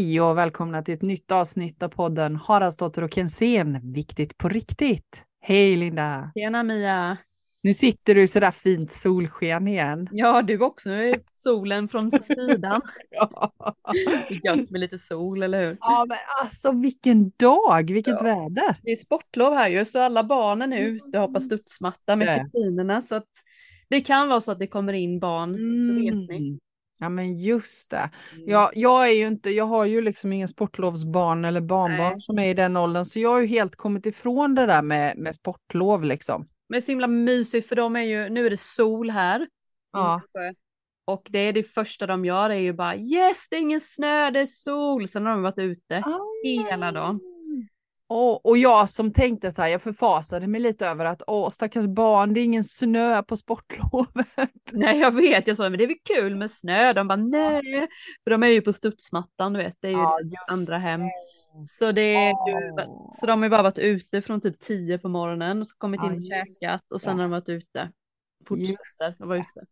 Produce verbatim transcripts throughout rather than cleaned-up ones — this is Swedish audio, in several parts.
Hej och välkomna till ett nytt avsnitt av podden Haraldsdotter och Kensén, viktigt på riktigt. Hej Linda! Tjena Mia! Nu sitter du så där fint solsken igen. Ja, du också. Nu är solen från sidan. Ja. Det är gött med lite sol, eller hur? Ja men alltså vilken dag, vilket Ja. väder! Det är sportlov här ju, så alla barnen är ute och hoppar studsmatta med Det. kusinerna. Så att det kan vara så att det kommer in barn, det vet ni. Mm. Ja men just det. Mm. Ja, jag är ju inte, jag har ju liksom ingen sportlovsbarn eller barnbarn Nej. som är i den åldern, så jag har ju helt kommit ifrån det där med, med sportlov liksom. Men det är så himla mysigt för de är ju, nu är det sol här i Ja. Nässjö. Och det är det första de gör, är ju bara yes, det är ingen snö, det är sol. Sen har de varit ute hela Ah. dagen. Och, och jag som tänkte så här, jag förfasade mig lite över att åh stackars barn, det är ingen snö på sportlovet. Nej, jag vet, jag sa men det är väl kul med snö. De bara nej, för de är ju på studsmattan, du vet, det är ju Ja, deras just andra hem. det. Så det är ju, så Åh, de har ju bara varit ute från typ tio på morgonen och så kommit ja, in och just käkat och sen det. har de varit ute. Fortsätter att Just vara det. ute.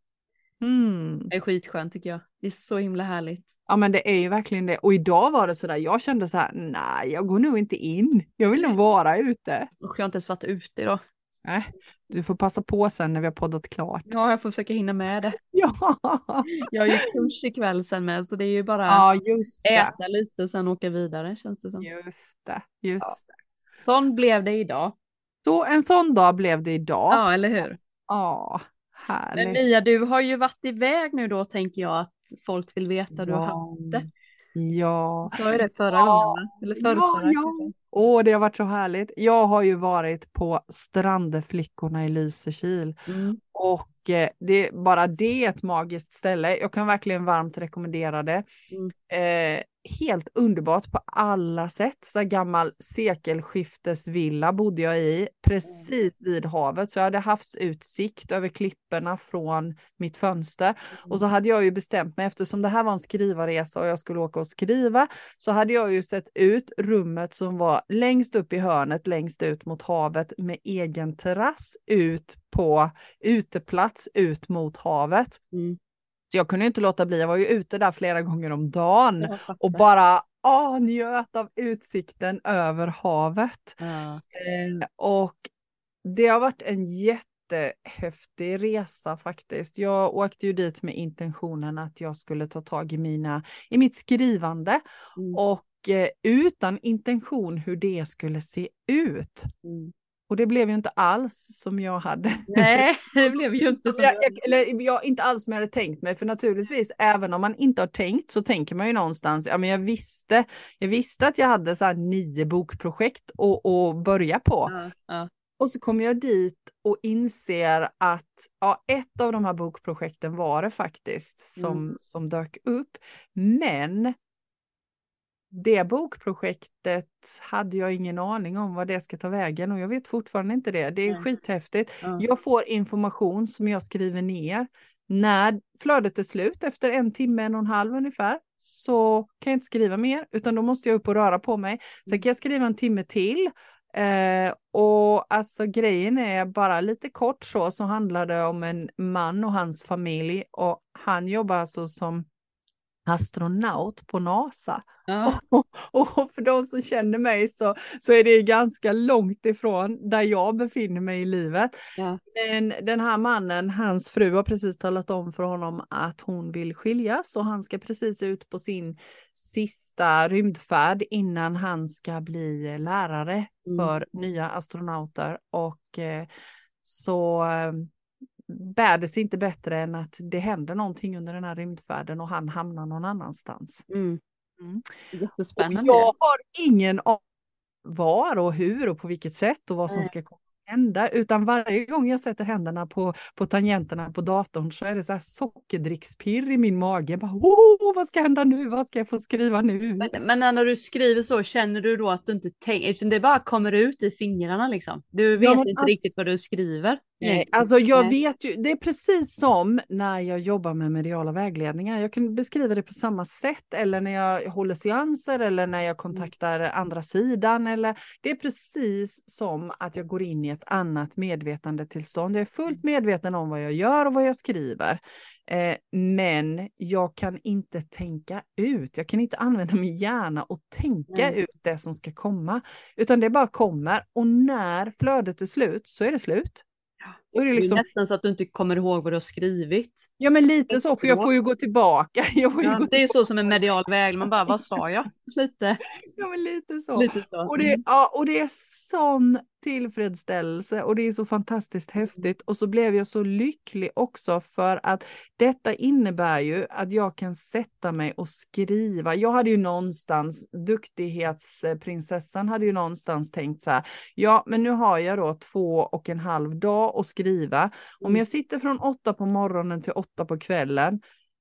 Mm. Det är skitskönt tycker jag. Det är så himla härligt. Ja men det är ju verkligen det. Och idag var det sådär, jag kände så här, nej jag går nog inte in. Jag vill nog vara ute. Och jag har inte ens varit ute idag. Nej, du får passa på sen när vi har poddat klart. Ja, jag får försöka hinna med det. Ja, Jag har ju kurs ikväll sen med, så det är ju bara ja just det. äta lite och sen åka vidare, känns det som. Just det, Ja. just det. Sån blev det idag. Så en sån dag blev det idag. Ja, eller hur? Ja, Men härligt. Mia, du har ju varit iväg nu då, tänker jag att folk vill veta hur du har Ja, haft det. ja, Du sa ju det förra gången, ja, va? Eller ja, förrförra ja. kanske. Åh, det har varit så härligt. Jag har ju varit på Strandeflickorna i Lysekil. Mm. Och eh, det, bara det är ett magiskt ställe. Jag kan verkligen varmt rekommendera det. Mm. Eh, helt underbart på alla sätt. Så här gammal sekelskiftesvilla bodde jag i. Precis vid havet. Så jag hade havsutsikt över klipporna från mitt fönster. Och så hade jag ju bestämt mig, eftersom det här var en skrivarresa och jag skulle åka och skriva, så hade jag ju sett ut rummet som var längst upp i hörnet, längst ut mot havet med egen terrass ut på uteplats ut mot havet. Mm. Så jag kunde inte låta bli, jag var ju ute där flera gånger om dagen Jag och fattar. bara åh, njöt av utsikten över havet. Ja. Eh, och det har varit en jättehäftig resa faktiskt. Jag åkte ju dit med intentionen att jag skulle ta tag i, mina, i mitt skrivande Mm. och eh, utan intention hur det skulle se ut. Mm. Och det blev ju inte alls som jag hade. Nej, det blev ju inte som jag, du jag, eller jag, inte alls som jag hade tänkt mig, för naturligtvis även om man inte har tänkt så tänker man ju någonstans, ja men jag visste, jag visste att jag hade så här nio bokprojekt att, att börja på. Ja, ja. Och så kommer jag dit och inser att ja, ett av de här bokprojekten var det faktiskt som, Mm. som dök upp. Men det bokprojektet hade jag ingen aning om vad det ska ta vägen och jag vet fortfarande inte det. Det är Nej. skithäftigt. Ja. Jag får information som jag skriver ner. När flödet är slut efter en timme, en och en halv ungefär, så kan jag inte skriva mer, utan då måste jag upp och röra på mig. Sen kan jag skriva en timme till. Eh, och alltså grejen är bara lite kort så, så handlar det om en man och hans familj och han jobbar alltså som astronaut på NASA. Ja. Och, och för de som känner mig så, så är det ganska långt ifrån där jag befinner mig i livet. Ja. Men den här mannen, hans fru har precis talat om för honom att hon vill skiljas och han ska precis ut på sin sista rymdfärd innan han ska bli lärare Mm. för nya astronauter. Och eh, så eh, bär det sig inte bättre än att det händer någonting under den här rymdfärden och han hamnar någon annanstans. Mm. Mm. Och Jättespännande. jag har ingen aning var och hur och på vilket sätt och vad som Nej. ska hända, utan varje gång jag sätter händerna på, på tangenterna på datorn så är det så här sockerdrickspirr i min mage. Bara, oh, vad ska hända nu? Vad ska jag få skriva nu? Men, men när du skriver så, känner du då att du inte tänker, utan det bara kommer ut i fingrarna liksom? Du vet Ja, men inte alltså- riktigt vad du skriver? Nej, egentligen. alltså jag Nej. vet ju, det är precis som när jag jobbar med mediala vägledningar. Jag kan beskriva det på samma sätt, eller när jag håller seanser eller när jag kontaktar andra sidan. Eller, det är precis som att jag går in i ett annat medvetandetillstånd. Jag är fullt medveten om vad jag gör och vad jag skriver. Eh, men jag kan inte tänka ut. Jag kan inte använda min hjärna och tänka Nej. ut det som ska komma. Utan det bara kommer. Och när flödet är slut så är det slut. Då är det, liksom... det är nästan så att du inte kommer ihåg vad du har skrivit. Ja, men lite så, för jag får ju gå tillbaka. Jag får ju Ja, gå det är ju tillbaka. så som en medial väg, man bara, vad sa jag? Lite. Ja, men lite så. Lite så. Och, det, ja, och det är sån tillfredsställelse och det är så fantastiskt häftigt. Och så blev jag så lycklig också för att detta innebär ju att jag kan sätta mig och skriva. Jag hade ju någonstans, duktighetsprinsessan hade ju någonstans tänkt så här, ja men nu har jag då två och en halv dag att skriva. Om jag sitter från åtta på morgonen till åtta på kvällen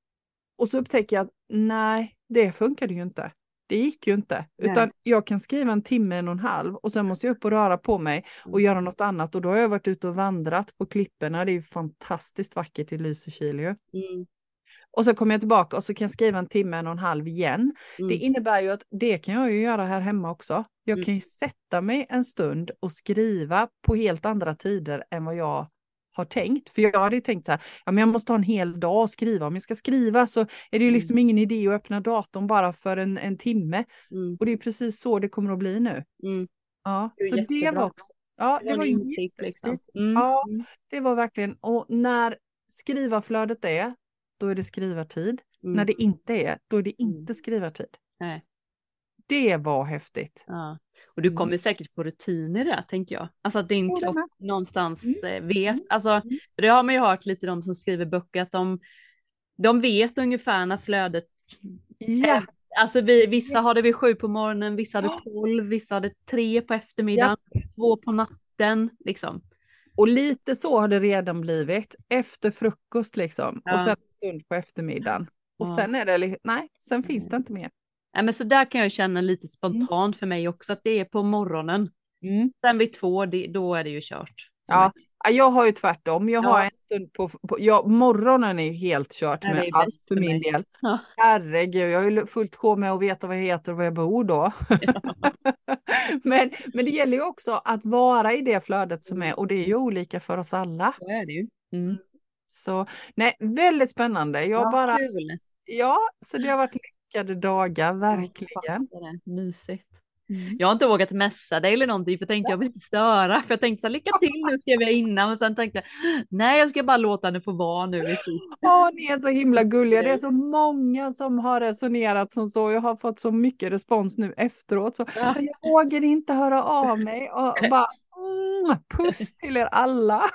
och så upptäcker jag att nej, det funkade ju inte. Det gick ju inte, nej. Utan jag kan skriva en timme, en och en halv och sen måste jag upp och röra på mig och mm. göra något annat. Och då har jag varit ute och vandrat på klipporna. Det är ju fantastiskt vackert i Lysekil ju. Mm. Och så kommer jag tillbaka och så kan jag skriva en timme, en och en halv igen. Mm. Det innebär ju att det kan jag ju göra här hemma också. Jag mm. kan ju sätta mig en stund och skriva på helt andra tider än vad jag har tänkt. För jag hade ju tänkt så här, ja men jag måste ha en hel dag att skriva. Om jag ska skriva så är det ju liksom mm. ingen idé att öppna datorn bara för en, en timme. Mm. Och det är precis så det kommer att bli nu. Mm. Ja, det så jättebra. Det var också. Ja, det, det var, var en insikt liksom. Mm. Ja, det var verkligen. Och när skrivarflödet är, då är det skrivartid. Mm. När det inte är, då är det inte skrivartid. Nej. Det var häftigt. Ja. Och du kommer mm. säkert få rutin i det, tänker jag. Alltså att din kropp någonstans mm. vet. Alltså, det har man ju hört lite de som skriver böcker, att de, de vet ungefär när flödet ja. är. Alltså vi, vissa har det vid sju på morgonen, vissa hade tolv, vissa hade tre på eftermiddagen, ja. två på natten, liksom. Och lite så har det redan blivit. Efter frukost liksom. Ja. Och sen en stund på eftermiddagen. Och ja. sen är det, nej, sen finns det inte mer. Nej, men så där kan jag känna lite spontant mm. för mig också, att det är på morgonen. Mm. Sen vid två, det, då är det ju kört. Ja, mig. Jag har ju tvärtom. Jag ja. har en stund på, på ja, morgonen är ju helt kört med allt för, för min del. Ja. Herregud, jag har ju fullt sjå med att veta vad jag heter och var jag bor då. Ja. men, men det gäller ju också att vara i det flödet som är, och det är ju olika för oss alla. Så är det ju. Mm. Så, nej, väldigt spännande. Jag ja, bara, kul. Ja, så det har varit lyckade dagar, verkligen. Ja, mysigt. Mm. Jag har inte vågat mässa dig eller någonting, för jag tänkte jag vill inte störa, för jag tänkte så här, lycka till, nu skrev jag innan, men sen tänkte jag, nej, jag ska bara låta henne få vara nu. Ja, ni är så himla gulliga, det är så många som har resonerat som så, jag har fått så mycket respons nu efteråt, så ja. jag vågar inte höra av mig och bara mm, puss till er alla.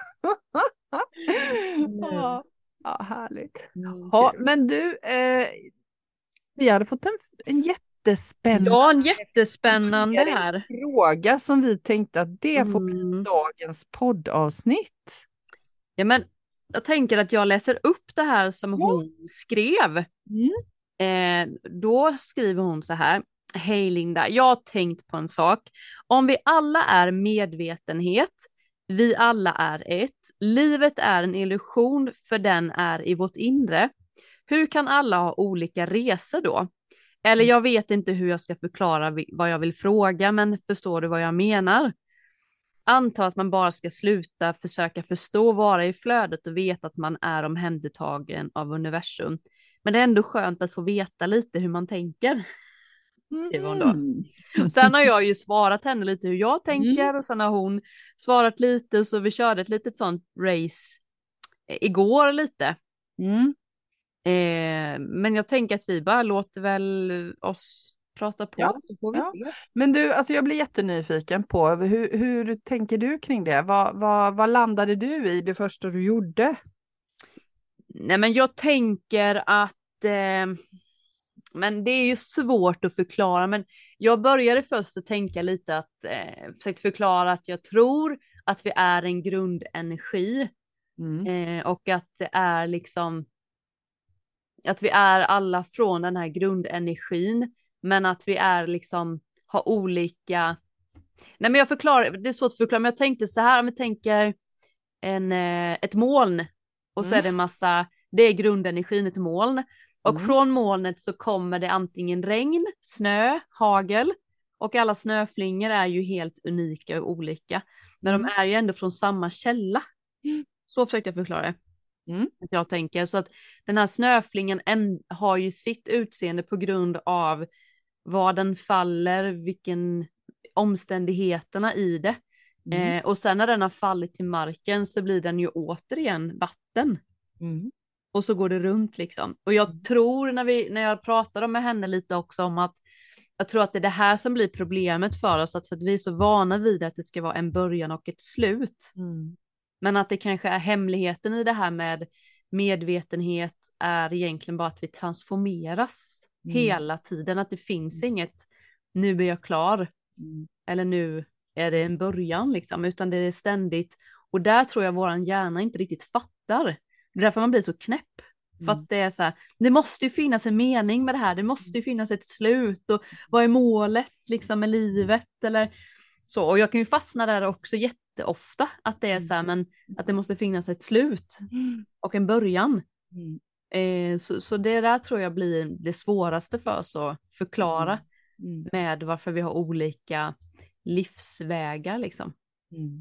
mm. ja. ja, härligt. Mm, ja, men du, eh, vi hade fått en, en jätte Jättespännande. Ja, en jättespännande här. En fråga som vi tänkte att det får bli mm. dagens poddavsnitt. Ja, men jag tänker att jag läser upp det här som ja. hon skrev. Mm. Eh, då skriver hon så här. Hej Linda, jag har tänkt på en sak. Om vi alla är medvetenhet, vi alla är ett, livet är en illusion för den är i vårt inre. Hur kan alla ha olika resor då? Eller jag vet inte hur jag ska förklara vad jag vill fråga, men förstår du vad jag menar? Anta att man bara ska sluta försöka förstå, vara i flödet och veta att man är omhändertagen av universum. Men det är ändå skönt att få veta lite hur man tänker. Skriver hon då. Mm. Sen har jag ju svarat henne lite hur jag tänker mm. och sen har hon svarat lite, så vi körde ett litet sånt race igår lite. Mm. Eh, men jag tänker att vi bara låter väl oss prata på, ja, så får vi ja. se. Men du, alltså jag blir jättenyfiken på hur, hur tänker du kring det? Vad, vad, vad landade du i det första du gjorde? Nej, men jag tänker att eh, men det är ju svårt att förklara, men jag började först att tänka lite att eh, försökt förklara att jag tror att vi är en grundenergi mm. eh, och att det är liksom att vi är alla från den här grundenergin, men att vi är liksom, har olika, nej men jag förklarar, det är svårt att förklara, men jag tänkte så här, om jag tänker en, ett moln, och så mm. är det en massa, det är grundenergin, ett moln, och mm. från molnet så kommer det antingen regn, snö, hagel, Och alla snöflingor är ju helt unika och olika. Men Mm. de är ju ändå från samma källa. Mm. Så försökte jag förklara det. Mm. Att jag tänker. Så att den här snöflingen en, har ju sitt utseende på grund av var den faller, vilken omständigheterna i det. Mm. Eh, och sen när den har fallit till marken så blir den ju återigen vatten. Mm. Och så går det runt liksom. Och jag Mm. tror när, vi, när jag pratade med henne lite också om att jag tror att det är det här som blir problemet för oss. Att, för att vi är så vana vid att det ska vara en början och ett slut. Mm. Men att det kanske är hemligheten i det här med medvetenhet är egentligen bara att vi transformeras Mm. hela tiden. Att det finns inget nu är jag klar. Mm. Eller nu är det en början liksom. Utan det är ständigt. Och där tror jag våran hjärna inte riktigt fattar. Det är därför man blir så knäpp. För Mm. att det är så här, det måste ju finnas en mening med det här. Det måste ju finnas ett slut. Och vad är målet liksom med livet? Eller så. Och jag kan ju fastna där också jätteofta. Att det är så här, men att det måste finnas ett slut. Mm. Och en början. Mm. Eh, så, så det där tror jag blir det svåraste för oss att förklara. Mm. Med varför vi har olika livsvägar liksom. Mm.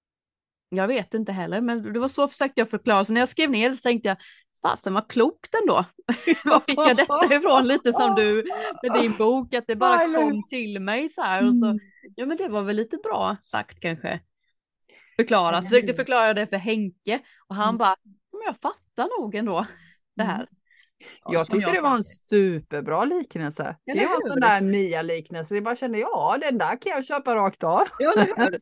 Jag vet inte heller, men det var så försökte jag förklara. Så när jag skrev ner det så tänkte jag, fasen vad klokt ändå. Var fick jag detta ifrån? Lite som du med din bok, att det bara kom till mig så här. Och så, ja men det var väl lite bra sagt kanske. Förklara, försökte förklara det för Henke. Och han bara, men jag fattar nog ändå det här. Ja, jag tyckte jag det var en superbra liknelse. Eller det var en hur? sån där Mia-liknelse. Jag bara kände, ja den där kan jag köpa rakt av. Ja, eller hur?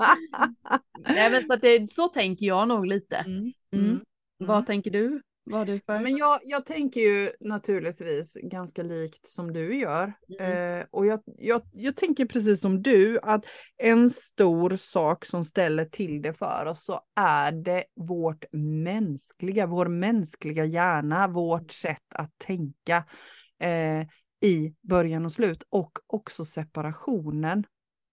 Nej, men så, att det, så tänker jag nog lite. Mm. Mm. Mm. Vad tänker du? Vad har du för? Men jag, jag tänker ju naturligtvis ganska likt som du gör. Mm. Eh, och jag, jag, jag tänker precis som du att en stor sak som ställer till det för oss så är det vårt mänskliga, vår mänskliga hjärna, vårt sätt att tänka eh, i början och slut och också separationen.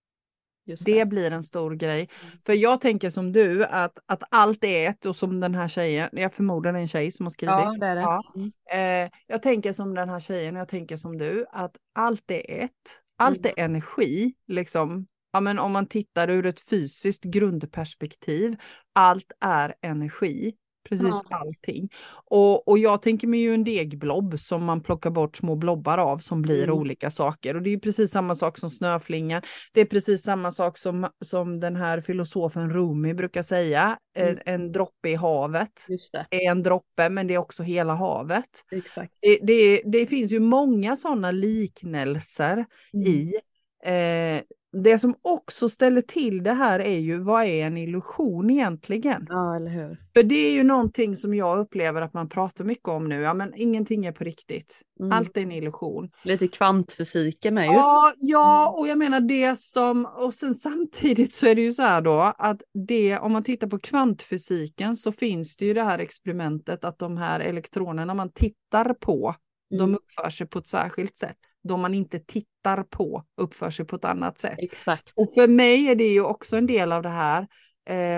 Just Det det. blir en stor grej. För jag tänker som du att, att allt är ett och som den här tjejen, jag förmodar det är en tjej som har skrivit. Ja, det är det. Ja. Mm. Eh, jag tänker som den här tjejen och jag tänker som du att allt är ett. Allt är energi. Liksom. Ja, men om man tittar ur ett fysiskt grundperspektiv. Allt är energi. Precis Ja. allting. Och, och jag tänker mig ju en degblob som man plockar bort små blobbar av som blir Mm. olika saker. Och det är precis samma sak som snöflingan. Det är precis samma sak som, som den här filosofen Rumi brukar säga. Mm. En, en droppe i havet Just det. är en droppe men det är också hela havet. Exakt. Det, det, det finns ju många sådana liknelser Mm. i. Eh, det som också ställer till det här är ju vad är en illusion egentligen? Ja, eller hur? För det är ju någonting som jag upplever att man pratar mycket om nu. Ja, men ingenting är på riktigt. Mm. Allt är en illusion. Lite kvantfysiken med ju. Ja, ja, och jag menar det som, och sen samtidigt så är det ju så här då att det, om man tittar på kvantfysiken så finns det ju det här experimentet att de här elektronerna man tittar på, Mm. de uppför sig på ett särskilt sätt. De man inte tittar på uppför sig på ett annat sätt. Exakt. Och för mig är det ju också en del av det här. Eh,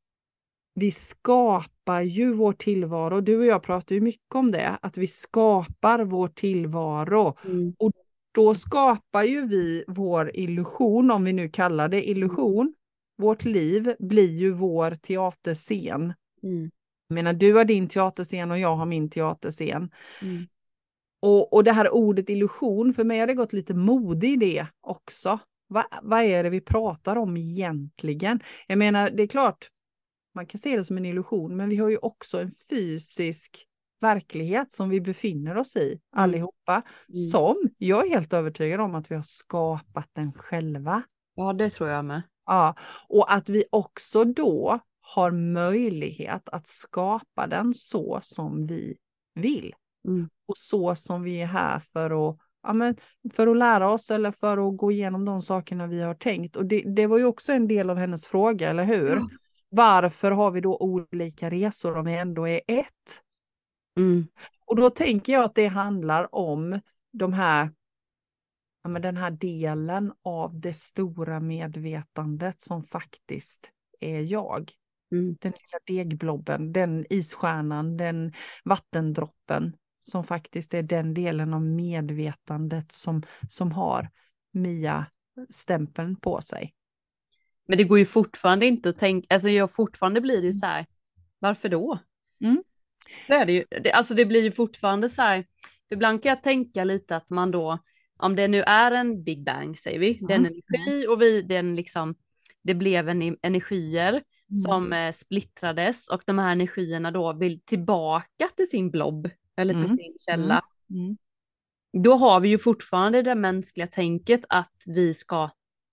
vi skapar ju vår tillvaro. Du och jag pratar ju mycket om det. Att vi skapar vår tillvaro. Mm. Och då skapar ju vi vår illusion, om vi nu kallar det illusion. Vårt liv blir ju vår teaterscen. Mm. Jag menar, du har din teaterscen och jag har min teaterscen. Mm. Och, och det här ordet illusion, för mig har det gått lite mode i det också. Va, vad är det vi pratar om egentligen? Jag menar, det är klart, man kan se det som en illusion, men vi har ju också en fysisk verklighet som vi befinner oss i allihopa. Mm. Som jag är helt övertygad om att vi har skapat den själva. Ja, det tror jag med. Ja, och att vi också då har möjlighet att skapa den så som vi vill. Mm. Och så som vi är här för att, ja, men för att lära oss eller för att gå igenom de sakerna vi har tänkt. Och det, det var ju också en del av hennes fråga, eller hur? Mm. Varför har vi då olika resor om vi ändå är ett? Mm. Och då tänker jag att det handlar om de här, ja, men den här delen av det stora medvetandet som faktiskt är jag. Mm. Den lilla degblobben, den isstjärnan, den vattendroppen som faktiskt är den delen av medvetandet som, som har Mia stämpeln på sig. Men det går ju fortfarande inte att tänka, alltså jag fortfarande blir det ju så här, varför då? Mm. Så är det ju, det, alltså det blir ju fortfarande så här, ibland kan jag tänka lite att man då, om det nu är en Big Bang säger vi, Mm. den energi och vi, den liksom, det blev en energier mm. som eh, splittrades och de här energierna då vill tillbaka till sin blob eller till Mm. sin källa. Mm. Mm. Då har vi ju fortfarande det mänskliga tänket att vi ska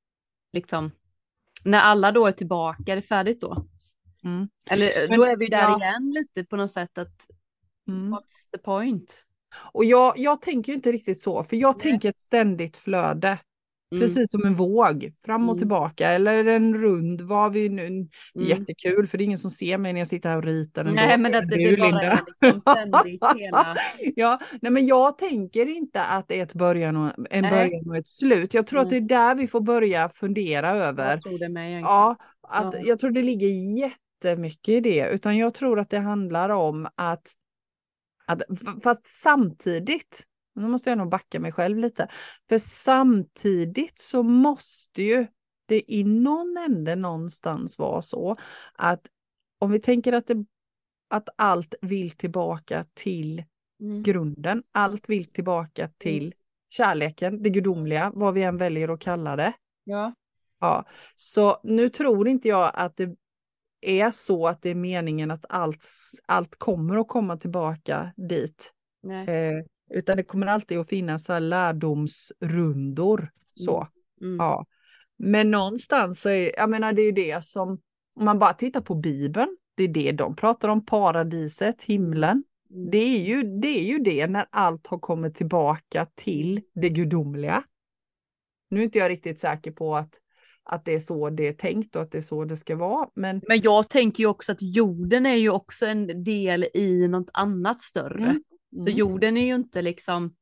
liksom, när alla då är tillbaka, är det färdigt då? Mm. Eller Men, då är vi där ja. igen lite på något sätt att Mm. what's the point? Och jag, jag tänker ju inte riktigt så, för jag Nej. tänker ett ständigt flöde. Mm. Precis som en våg, fram och Mm. tillbaka. Eller en rund, vad vi nu... Mm. Jättekul, för det är ingen som ser mig när jag sitter här och ritar. Ändå. Nej, men det, det, det bara är liksom ständigt hela... Ja, nej, men jag tänker inte att det är ett början och, en Nej. början och ett slut. Jag tror Nej. att det är där vi får börja fundera över. Jag tror det med egentligen. Ja, att, Ja. jag tror det ligger jättemycket i det. Utan jag tror att det handlar om att, att fast samtidigt, nu måste jag nog backa mig själv lite. För samtidigt så måste ju det i någon ände någonstans vara så att om vi tänker att, det, att allt vill tillbaka till mm. grunden, allt vill tillbaka till mm. kärleken, det gudomliga, vad vi än väljer att kalla det. Ja. Ja, så nu tror inte jag att det är så att det är meningen att allt, allt kommer att komma tillbaka dit. Nej. Eh, utan det kommer alltid att finnas så här lärdomsrundor. Så. Mm. Mm. Ja. Men någonstans så är, jag menar det är det som, om man bara tittar på Bibeln, det är det de pratar om, paradiset, himlen. Mm. Det är ju det, är ju det när allt har kommit tillbaka till det gudomliga. Nu är inte jag riktigt säker på att, att det är så det är tänkt och att det är så det ska vara. Men, men jag tänker ju också att jorden är ju också en del i något annat större. Mm. Mm. Så jorden är ju inte liksom,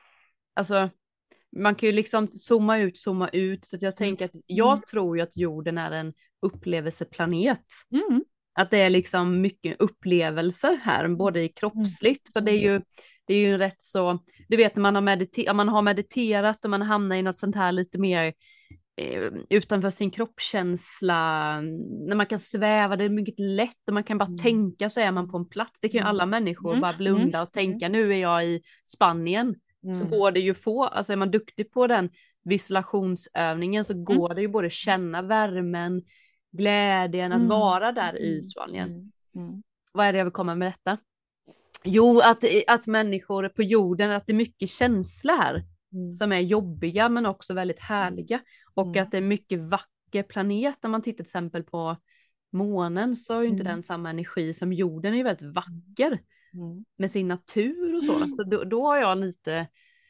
alltså man kan ju liksom zooma ut, zooma ut. Så att jag tänker att jag mm. tror ju att jorden är en upplevelseplanet. Mm. Att det är liksom mycket upplevelser här, både i kroppsligt, för det är ju, det är ju rätt så, du vet när man har, mediter- man har mediterat och man hamnar i något sånt här lite mer eh, utanför sin kroppskänsla, när man kan sväva, det är mycket lätt och man kan bara mm. tänka så är man på en plats. Det kan ju alla människor mm. bara blunda och tänka, nu är jag i Spanien. Mm. Så går det ju få, alltså är man duktig på den visualisationsövningen så går mm. det ju både känna värmen, glädjen att mm. vara där i Spanien. Mm. Mm. Vad är det jag vill komma med detta? Jo, att, att människor på jorden, att det är mycket känslor här mm. som är jobbiga men också väldigt härliga. Och mm. att det är mycket vacker planet. När man tittar till exempel på månen så är ju inte mm. den samma energi som jorden, är ju väldigt vacker. Mm. Med sin natur och så. Mm. Så då, då har jag lite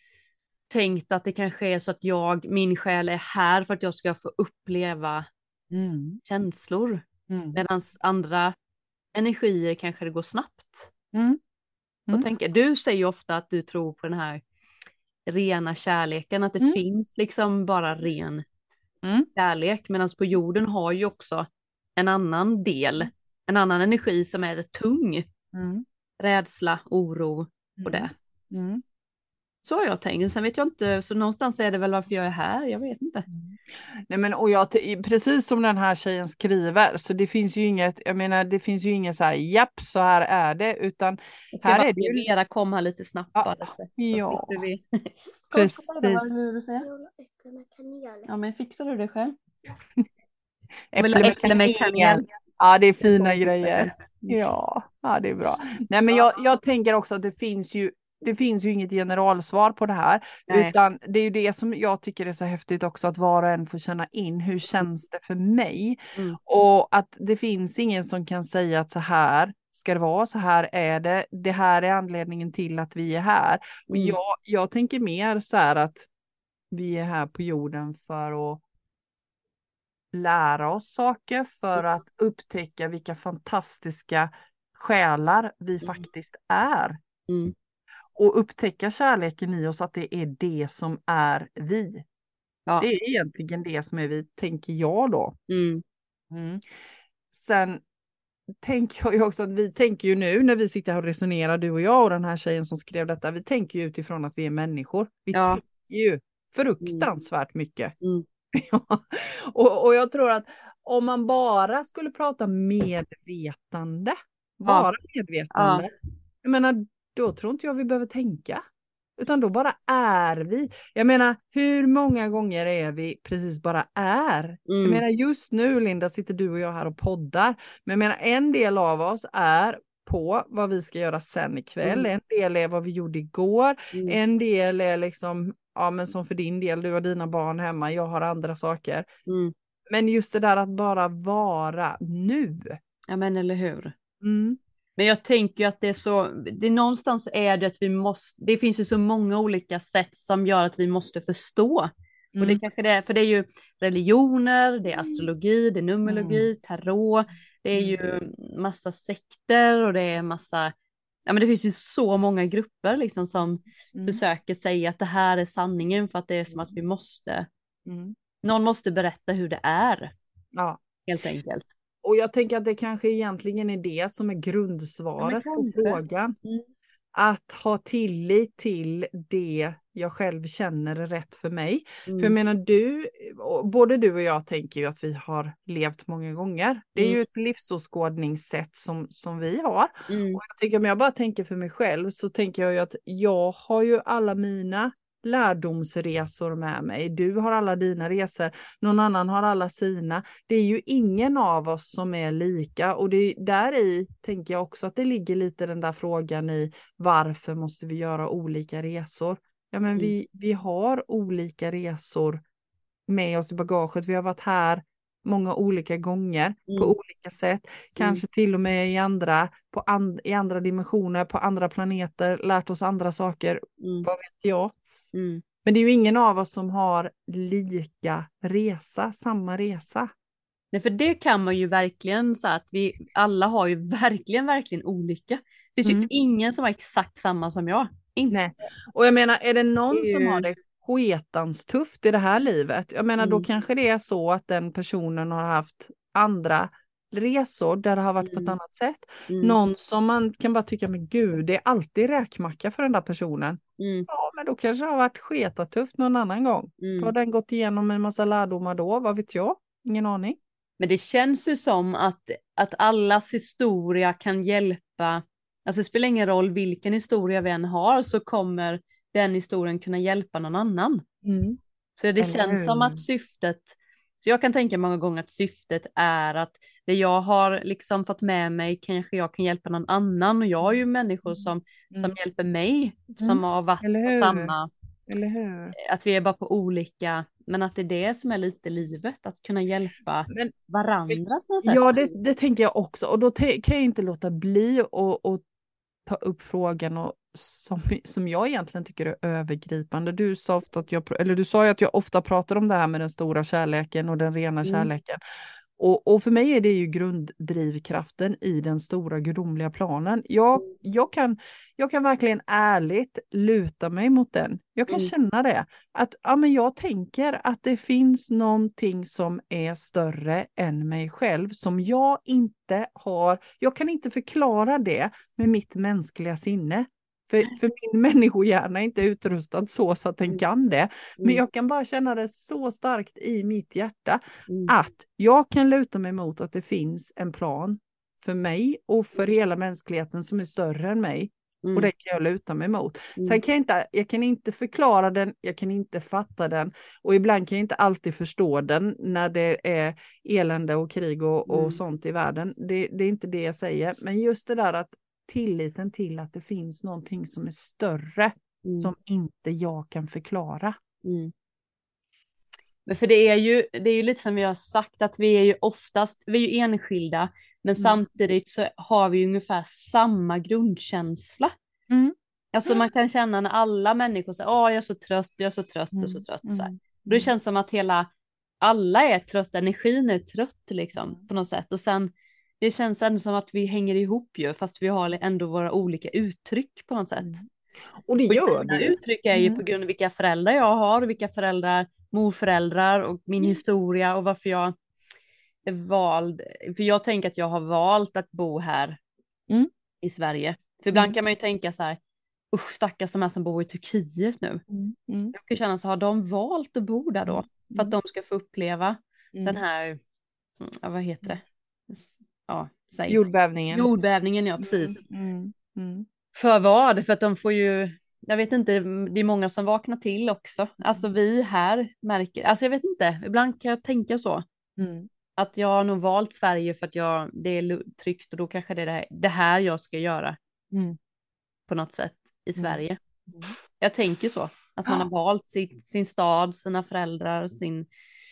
tänkt att det kanske är så att jag, min själ är här för att jag ska få uppleva mm. känslor. Mm. Medan andra energier kanske det går snabbt. Mm. Mm. Och tänker, du säger ju ofta att du tror på den här rena kärleken. Att det mm. finns liksom bara ren mm. kärlek. Medan på jorden har ju också en annan del. En annan energi som är tung. Mm. Rädsla, oro och det. Mm. Så har jag tänkt. Sen vet jag inte, så någonstans är det väl varför jag är här. Jag vet inte. Mm. Nej men och jag, precis som den här tjejen skriver, så det finns ju inget, jag menar det finns ju inget så här, japp så här är det, utan här är det ju. Vera kom här lite snabbt ja, bara lite. Ja, vi... precis. Ja men fixar du det själv? Äpple, äpple med kanel. Ja, det är fina grejer. Ja, ja, det är bra. Nej, men jag, jag tänker också att det finns ju det finns ju inget generalsvar på det här. Nej. Utan det är ju det som jag tycker är så häftigt också, att var och en får känna in hur känns det för mig. Mm. Och att det finns ingen som kan säga att så här ska det vara, så här är det. Det här är anledningen till att vi är här. Mm. Och jag, jag tänker mer så här att vi är här på jorden för att lära oss saker, för att upptäcka vilka fantastiska själar vi mm. faktiskt är. Mm. Och upptäcka kärleken i oss, att det är det som är vi. Ja. Det är egentligen det som är vi, tänker jag då. Mm. Mm. Sen tänker jag ju också att vi tänker ju nu när vi sitter här och resonerar, du och jag och den här tjejen som skrev detta, vi tänker ju utifrån att vi är människor. Vi ja. tänker ju fruktansvärt mycket. Mm. Ja. Och, och jag tror att om man bara skulle prata medvetande, Ja, bara ja, medvetande, jag menar, då tror inte jag vi behöver tänka. Utan då bara är vi. Jag menar, hur många gånger är vi precis bara är? Jag mm, menar, just nu, Linda, sitter du och jag här och poddar. Men jag menar, en del av oss är på vad vi ska göra sen ikväll. mm, En del är vad vi gjorde igår. mm, En del är liksom, ja men som för din del, du har dina barn hemma, jag har andra saker. mm. Men just det där att bara vara nu. Ja, men eller hur? Mm. Men jag tänker ju att det är så, det någonstans är det att vi måste, det finns ju så många olika sätt som gör att vi måste förstå. Och det Mm. kanske det är, för det är ju religioner, det är astrologi, det är numerologi, tarot, det är Mm. ju massa sekter och det är massa, ja men det finns ju så många grupper liksom som Mm. försöker säga att det här är sanningen för att det är som att vi måste, Mm. någon måste berätta hur det är, Ja. helt enkelt. Och jag tänker att det kanske egentligen är det som är Ja, men grundsvaret på kanske. frågan. Mm. Att ha tillit till det jag själv känner är rätt för mig. Mm. För jag menar, du, både du och jag tänker ju att vi har levt många gånger. Det är Mm. ju ett livsåskådningssätt som, som vi har. Mm. Och jag tänker, om jag bara tänker för mig själv så tänker jag ju att jag har ju alla mina lärdomsresor med mig. Du har alla dina resor. Någon annan har alla sina. Det är ju ingen av oss som är lika. Och det, där i tänker jag också att det ligger lite den där frågan i varför måste vi göra olika resor? Ja, men Mm. vi, vi har olika resor med oss i bagaget. Vi har varit här många olika gånger Mm. på olika sätt. Kanske till och med i andra, på and, i andra dimensioner, på andra planeter, lärt oss andra saker. Mm. Vad vet jag? Mm. Men det är ju ingen av oss som har lika resa, samma resa. Nej, för det kan man ju verkligen så att vi alla har ju verkligen, verkligen olika. Det finns Mm. ju ingen som har exakt samma som jag. Inte. Nej. Och jag menar, är det någon Det är som ju- har det sketans tufft i det här livet? Jag menar, då Mm. kanske det är så att den personen har haft andra resor där det har varit på ett Mm. annat sätt. Mm. Någon som man kan bara tycka, men gud, det är alltid räkmacka för den där personen. Mm. Ja, men då kanske det har varit sketatufft någon annan gång. Då har Mm. den gått igenom en massa lärdomar då, vad vet jag? Ingen aning. Men det känns ju som att, att allas historia kan hjälpa. Alltså det spelar ingen roll vilken historia vi än har så kommer den historien kunna hjälpa någon annan. Mm. Så det Eller känns som hur? att syftet, så jag kan tänka många gånger att syftet är att det jag har liksom fått med mig kanske jag kan hjälpa någon annan och jag har ju människor som, som Mm. hjälper mig som Mm. har varit Eller på hur? samma, Eller hur? att vi är bara på olika, men att det är det som är lite livet, att kunna hjälpa Men, varandra på något sätt. ja, det, det tänker jag också. Och då te- kan jag inte låta bli och, och ta upp frågan och, som, som jag egentligen tycker är övergripande. Du sa, ofta att jag, eller du sa ju att jag ofta pratar om det här med den stora kärleken och den rena Mm. kärleken. Och, och för mig är det ju grunddrivkraften i den stora gudomliga planen. Jag, jag, kan, jag kan verkligen ärligt luta mig mot den. Jag kan Mm. känna det. Att ja, men jag tänker att det finns någonting som är större än mig själv. Som jag inte har. Jag kan inte förklara det med mitt mänskliga sinne. För, för min människohjärna är inte utrustad så, så att den Mm. kan det. Men Mm. jag kan bara känna det så starkt i mitt hjärta. Mm. Att jag kan luta mig mot att det finns en plan för mig och för hela mänskligheten som är större än mig. Mm. Och det kan jag luta mig mot. Mm. Sen kan jag, inte, jag kan inte förklara den, jag kan inte fatta den. Och ibland kan jag inte alltid förstå den när det är elände och krig och, och Mm. sånt i världen. Det, det är inte det jag säger. Men just det där att tilliten till att det finns någonting som är större Mm. som inte jag kan förklara. Mm. Men för det är ju, det är ju lite som vi har sagt att vi är ju oftast, vi är ju enskilda, men Mm. samtidigt så har vi ju ungefär samma grundkänsla. Mm. Alltså man kan känna när alla människor säger, åh jag är så trött, jag är så trött och så Mm. trött. Så här. Mm. Då känns det som att hela, alla är trötta, energin är trött liksom på något sätt. Och sen, det känns ändå som att vi hänger ihop ju, fast vi har ändå våra olika uttryck på något sätt. Mm. Och det Och gör mina det. uttryck är ju Mm. på grund av vilka föräldrar jag har, vilka föräldrar, morföräldrar och min Mm. historia och varför jag är vald. För jag tänker att jag har valt att bo här Mm. i Sverige. För ibland Mm. kan man ju tänka så här, usch stackars de här som bor i Turkiet nu. Mm. Mm. Jag kan känna så, har de valt att bo där då? Mm. För att de ska få uppleva Mm. den här, ja, vad heter det? Ja, säg. Jordbävningen. Jordbävningen, ja precis. Mm. Mm. Mm. För vad? För att de får ju, jag vet inte, det är många som vaknar till också. Alltså vi här märker, alltså jag vet inte, ibland kan jag tänka så. Mm. Att jag har nog valt Sverige för att jag, det är tryggt och då kanske det är det här, det här jag ska göra. Mm. På något sätt i Sverige. Mm. Jag tänker så. Att man har valt sin, sin stad, sina föräldrar, sin,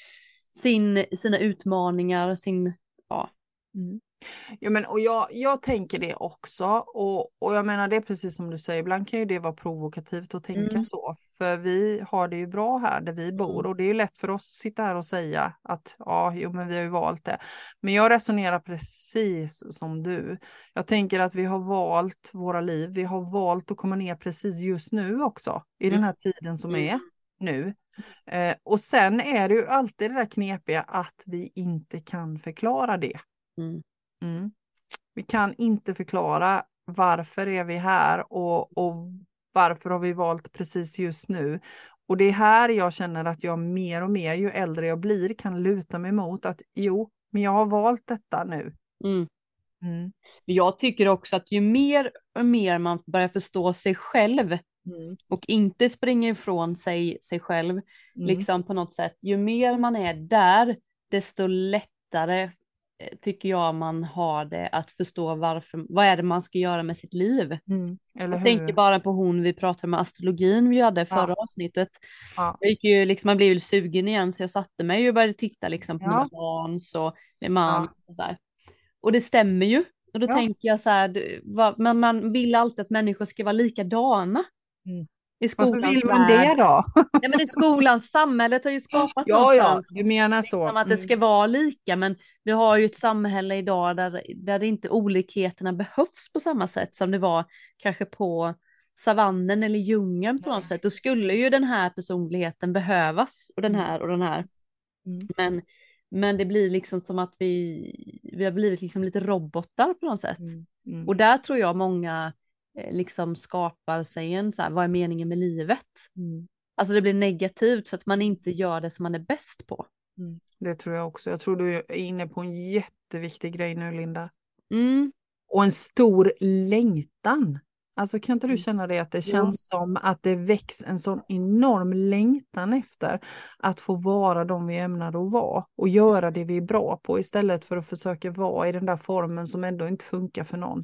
sin, sina utmaningar, sin, ja. Mm. Ja, men, och jag, jag tänker det också. Och, och jag menar det är precis som du säger. Ibland kan ju det vara provokativt att tänka Mm. så. För vi har det ju bra här där vi bor. Och det är ju lätt för oss att sitta här och säga att ja, jo, men vi har ju valt det. Men jag resonerar precis som du. Jag tänker att vi har valt våra liv. Vi har valt att komma ner precis just nu också. I Mm. den här tiden som Mm. är nu. Eh, och sen är det ju alltid det där knepiga att vi inte kan förklara det. Mm. Mm. Vi kan inte förklara varför är vi här och, och varför har vi valt precis just nu. Och det är här jag känner att jag mer och mer ju äldre jag blir kan luta mig mot att jo, men jag har valt detta nu. Mm. Mm. Jag tycker också att ju mer och mer man börjar förstå sig själv Mm. och inte springer ifrån sig, sig själv, Mm. liksom på något sätt, ju mer man är där, desto lättare tycker jag man har det att förstå varför, vad är det man ska göra med sitt liv. Mm. Eller jag hur? tänker bara på hon vi pratade med astrologin vi hade förra Ja. avsnittet. Ja. Jag gick ju liksom, man blev ju sugen igen så jag satte mig och började titta liksom på Ja. mina barns och min mans Ja. och så här. Och det stämmer ju. Och då Ja. tänker jag så här, du, vad, man, man vill alltid att människor ska vara likadana. Mm. I skolans Varför vill man värld. det då? Nej, men i skolans samhället har ju skapat Ja, ja, någonstans. du menar så. Liksom att det ska vara lika, men vi har ju ett samhälle idag där, där det inte olikheterna behövs på samma sätt som det var kanske på savannen eller djungeln på något sätt. Då skulle ju den här personligheten behövas och den här och den här. Mm. Men, men det blir liksom som att vi, vi har blivit liksom lite robotar på något sätt. Mm. Mm. Och där tror jag många eh, liksom skapar sig en så här, vad är meningen med livet? Mm. Alltså det blir negativt för att man inte gör det som man är bäst på. Mm. Det tror jag också. Jag tror du är inne på en jätteviktig grej nu, Linda. Mm. Och en stor längtan. Alltså kan inte du Mm. känna det att det Jo. känns som att det väcks en sån enorm längtan efter att få vara de vi ämnade att vara och göra det vi är bra på istället för att försöka vara i den där formen som ändå inte funkar för någon.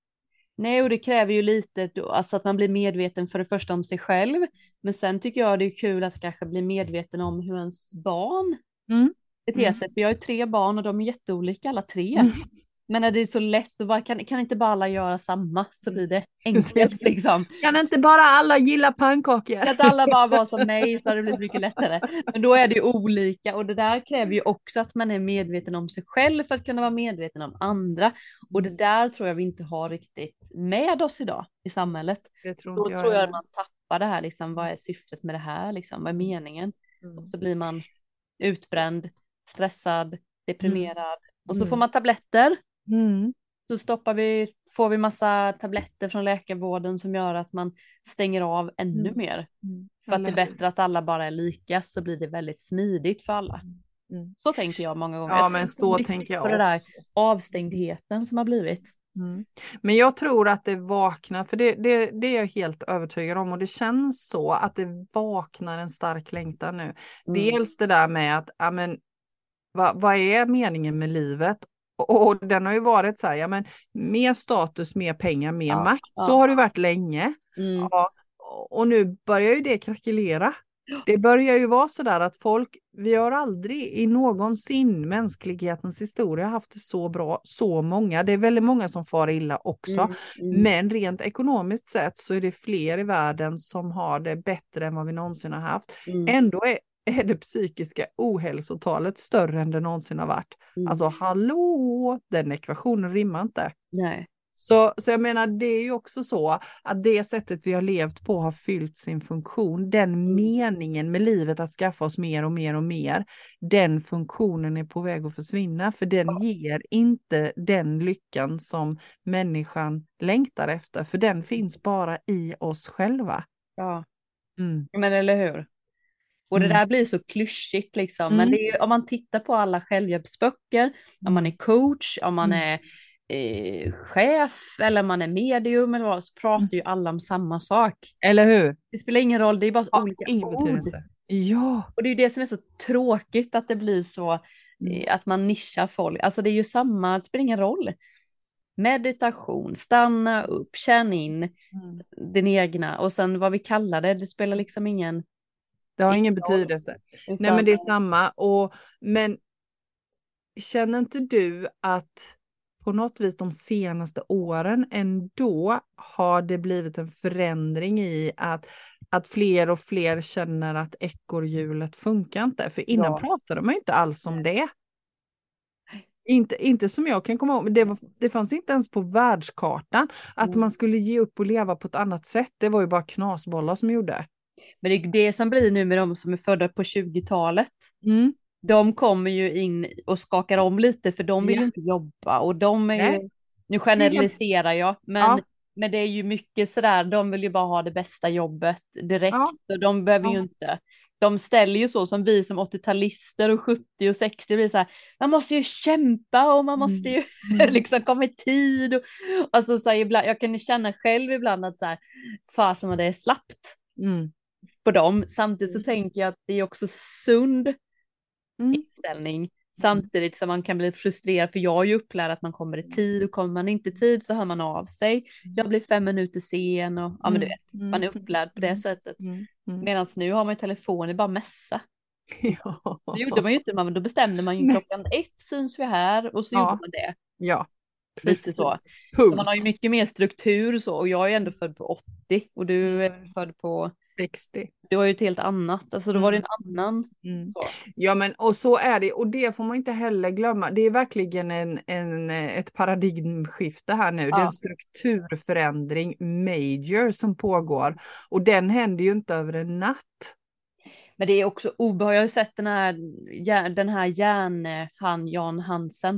Nej, och det kräver ju lite då, alltså att man blir medveten för det första om sig själv. Men sen tycker jag det är kul att kanske bli medveten om hur ens barn Mm. beter Mm. sig. För jag har ju tre barn och de är jätteolika alla tre. Mm. Men när det är så lätt och bara kan, kan inte bara alla göra samma så blir det enkelt liksom. Kan inte bara alla gilla pannkakor? Kan inte alla bara vara som mig så hade det blivit mycket lättare. Men då är det ju olika och det där kräver ju också att man är medveten om sig själv för att kunna vara medveten om andra. Och det där tror jag vi inte har riktigt med oss idag i sammanhanget. Det tror Då inte jag tror jag heller. att man tappar det här liksom, vad är syftet med det här liksom, vad är meningen? Mm. Och så blir man utbränd, stressad, deprimerad och så Mm. får man tabletter. Mm. Så stoppar vi, får vi massa tabletter från läkarvården som gör att man stänger av ännu Mm. mer. Mm. För att det är Eller- bättre att alla bara är lika så blir det väldigt smidigt för alla. Mm. Så tänker jag många gånger. Ja, Jag men tror så mycket tänker jag på det där också. avstängdheten som har blivit. Mm. Men jag tror att det vaknar, för det, det, det är jag helt övertygad om och det känns så att det vaknar en stark längtan nu. Mm. Dels det där med att, ja men, vad, vad är meningen med livet? Och, och den har ju varit så här, ja men, mer status, mer pengar, mer Ja, makt. ja. Så har det varit länge. Mm. Ja, och nu börjar ju det krackelera. Det börjar ju vara så där att folk, vi har aldrig i någonsin mänsklighetens historia haft det så bra, så många. Det är väldigt många som far illa också. Mm. Mm. Men rent ekonomiskt sett så är det fler i världen som har det bättre än vad vi någonsin har haft. Mm. Ändå är, är det psykiska ohälsotalet större än det någonsin har varit. Mm. Alltså hallå, den ekvationen rimmar inte. Nej. Så, så jag menar, det är ju också så att det sättet vi har levt på har fyllt sin funktion. Den Mm. meningen med livet att skaffa oss mer och mer och mer, den funktionen är på väg att försvinna. För den ger inte den lyckan som människan längtar efter. För den finns bara i oss själva. Ja, Mm. men eller hur? Och det Mm. där blir så klyschigt liksom. Mm. Men det är ju, om man tittar på alla självhjälpsböcker, om man är coach, om man Mm. är eh, chef eller man är medium eller vad, så pratar ju alla om samma sak. Eller hur? Det spelar ingen roll, det är bara Ja, olika ingen ord. betydelse. Ja. Och det är ju det som är så tråkigt, att det blir så, Mm. eh, att man nischar folk. Alltså det är ju samma, det spelar ingen roll. Meditation, stanna upp, känn in Mm. din egna, och sen vad vi kallar det, det spelar liksom ingen... Det har ingen ingen roll. betydelse. Utan, Nej, men det är samma. Och, men känner inte du att på något vis de senaste åren ändå har det blivit en förändring i att, att fler och fler känner att ekorrhjulet funkar inte? För innan Ja. pratade man inte alls om det. Inte, inte som jag kan komma ihåg, men det, var, det fanns inte ens på världskartan att Mm. man skulle ge upp och leva på ett annat sätt. Det var ju bara knasbollar som gjorde. Men det är det som blir nu med de som är födda på tjugotalet. Mm. De kommer ju in och skakar om lite, för de vill Ja. inte jobba, och de är Nej. ju, nu generaliserar jag, men, Ja. men det är ju mycket sådär, de vill ju bara ha det bästa jobbet direkt, Ja. och de behöver Ja. ju inte, de ställer ju så som vi som åttio-talister och sjuttio och sextio blir så här, man måste ju kämpa och man måste ju Mm. liksom komma i tid, och alltså så här, ibland, jag kan känna själv ibland att så här, fasen vad det är slappt Mm. på dem, samtidigt så Mm. tänker jag att det är också sund Mm. inställning, samtidigt som man kan bli frustrerad, för jag är ju upplärd att man kommer i tid, och kommer man inte i tid så hör man av sig. Jag blir fem minuter sen, och ja men du vet, man är upplärd på det sättet. Mm. Mm. Medan nu har man ju telefon, det är bara messa. Ja. Det gjorde man ju inte, men då bestämde man ju Nej. klockan ett syns vi här, och så Ja. gjorde man det. Ja, Lite precis. så. Punkt. Så man har ju mycket mer struktur så, och jag är ändå född på åttio, och du är väl född på sextio. Du har ju ett helt annat, alltså då var det en annan. Mm. Så. Ja, men och så är det, och det får man inte heller glömma. Det är verkligen en, en, ett paradigmskifte här nu. Ja. Det är en strukturförändring major som pågår, och den händer ju inte över en natt. Men det är också obehagligt. Jag har ju sett den här, ja, den här järn, han Jan Hansen.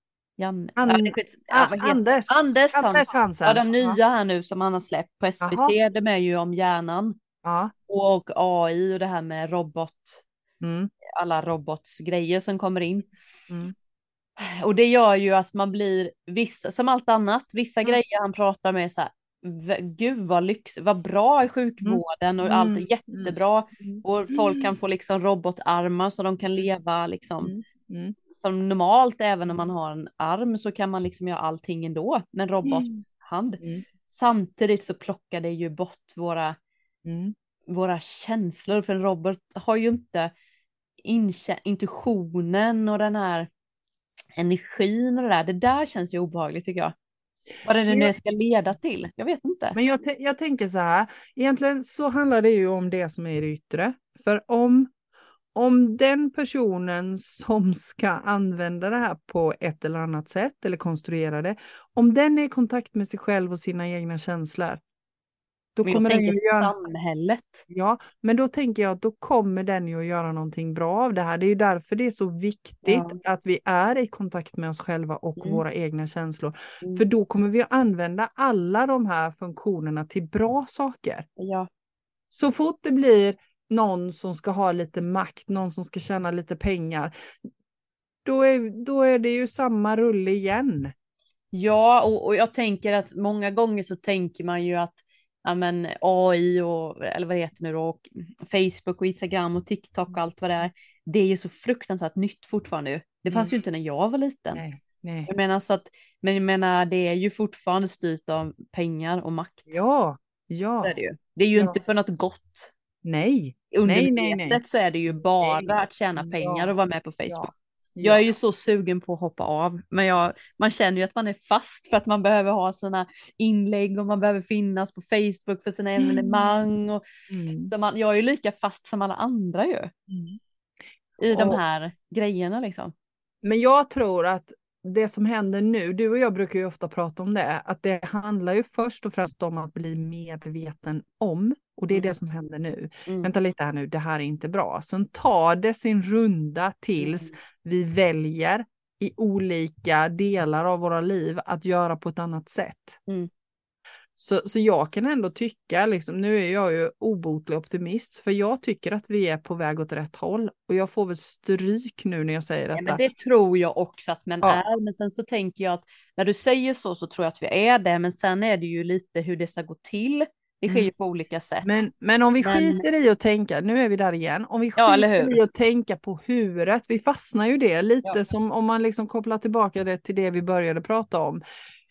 Jan, An, ja, det är skit- ja, vad heter- Anders. Anders Hansen. Anders Hansen. Ja, den nya Ja. här nu som han har släppt på S V T, Jaha. de är ju om hjärnan. Ja. Och A I och det här med robot, Mm. alla robotsgrejer som kommer in. Mm. Och det gör ju att man blir, vissa, som allt annat, vissa Mm. grejer han pratar med så här, v- gud vad lyx, vad bra i sjukvården, och Mm. allt är jättebra. Mm. Och folk kan få liksom robotarmar så de kan leva liksom Mm. Mm. som normalt. Även om man har en arm så kan man liksom göra allting ändå med en robothand. Mm. Samtidigt så plockar det ju bort våra, Mm. våra känslor, för en robot har ju inte inkä- intuitionen och den här energin och det där. Det där känns ju obehagligt tycker jag. Vad det Men nu jag- ska leda till, jag vet inte. Men jag, t- jag tänker så här, egentligen så handlar det ju om det som är i det yttre. För om, om den personen som ska använda det här på ett eller annat sätt, eller konstruera det, om den är i kontakt med sig själv och sina egna känslor, då Men jag kommer den tänker ju göra... samhället. Ja, men då tänker jag att då kommer den ju att göra någonting bra av det här. Det är ju därför det är så viktigt Ja. att vi är i kontakt med oss själva och Mm. våra egna känslor. Mm. För då kommer vi att använda alla de här funktionerna till bra saker. Ja. Så fort det blir någon som ska ha lite makt, någon som ska tjäna lite pengar, då är, då är det ju samma rulle igen. Ja, och, och jag tänker att många gånger så tänker man ju att ja, men A I och, eller vad det heter nu då, och Facebook och Instagram och TikTok och allt vad det är, det är ju så fruktansvärt nytt fortfarande ju. Det fanns Mm. ju inte när jag var liten. Nej, nej. Jag menar så att, men jag menar det är ju fortfarande styrt av pengar och makt. Ja, ja. Det är det ju. Det är ju Ja. inte för något gott. Nej. Undermedvetet nej, nej. så är det ju bara Nej. att tjäna pengar Ja. och vara med på Facebook. Ja. Jag är ju så sugen på att hoppa av, men jag, man känner ju att man är fast för att man behöver ha sina inlägg och man behöver finnas på Facebook för sina Mm. evenemang. Och, Mm. så man, jag är ju lika fast som alla andra ju Mm. i de Och- här grejerna liksom. Men jag tror att det som händer nu, du och jag brukar ju ofta prata om det, att det handlar ju först och främst om att bli medveten om, och det är Mm. det som händer nu. Mm. Vänta lite här nu, det här är inte bra. Sen tar det sin runda tills Mm. vi väljer i olika delar av våra liv att göra på ett annat sätt. Mm. Så, så jag kan ändå tycka, liksom, nu är jag ju obotlig optimist, för jag tycker att vi är på väg åt rätt håll. Och jag får väl stryk nu när jag säger detta. Ja, men det tror jag också att man Ja. är. Men sen så tänker jag att när du säger så så tror jag att vi är det. Men sen är det ju lite hur det ska gå till. Det sker ju Mm. på olika sätt. Men, men om vi Men- skiter i att tänka, nu är vi där igen, om vi Ja, eller skiter hur? i att tänka på huret, vi fastnar ju det lite Ja. som om man liksom kopplar tillbaka det till det vi började prata om.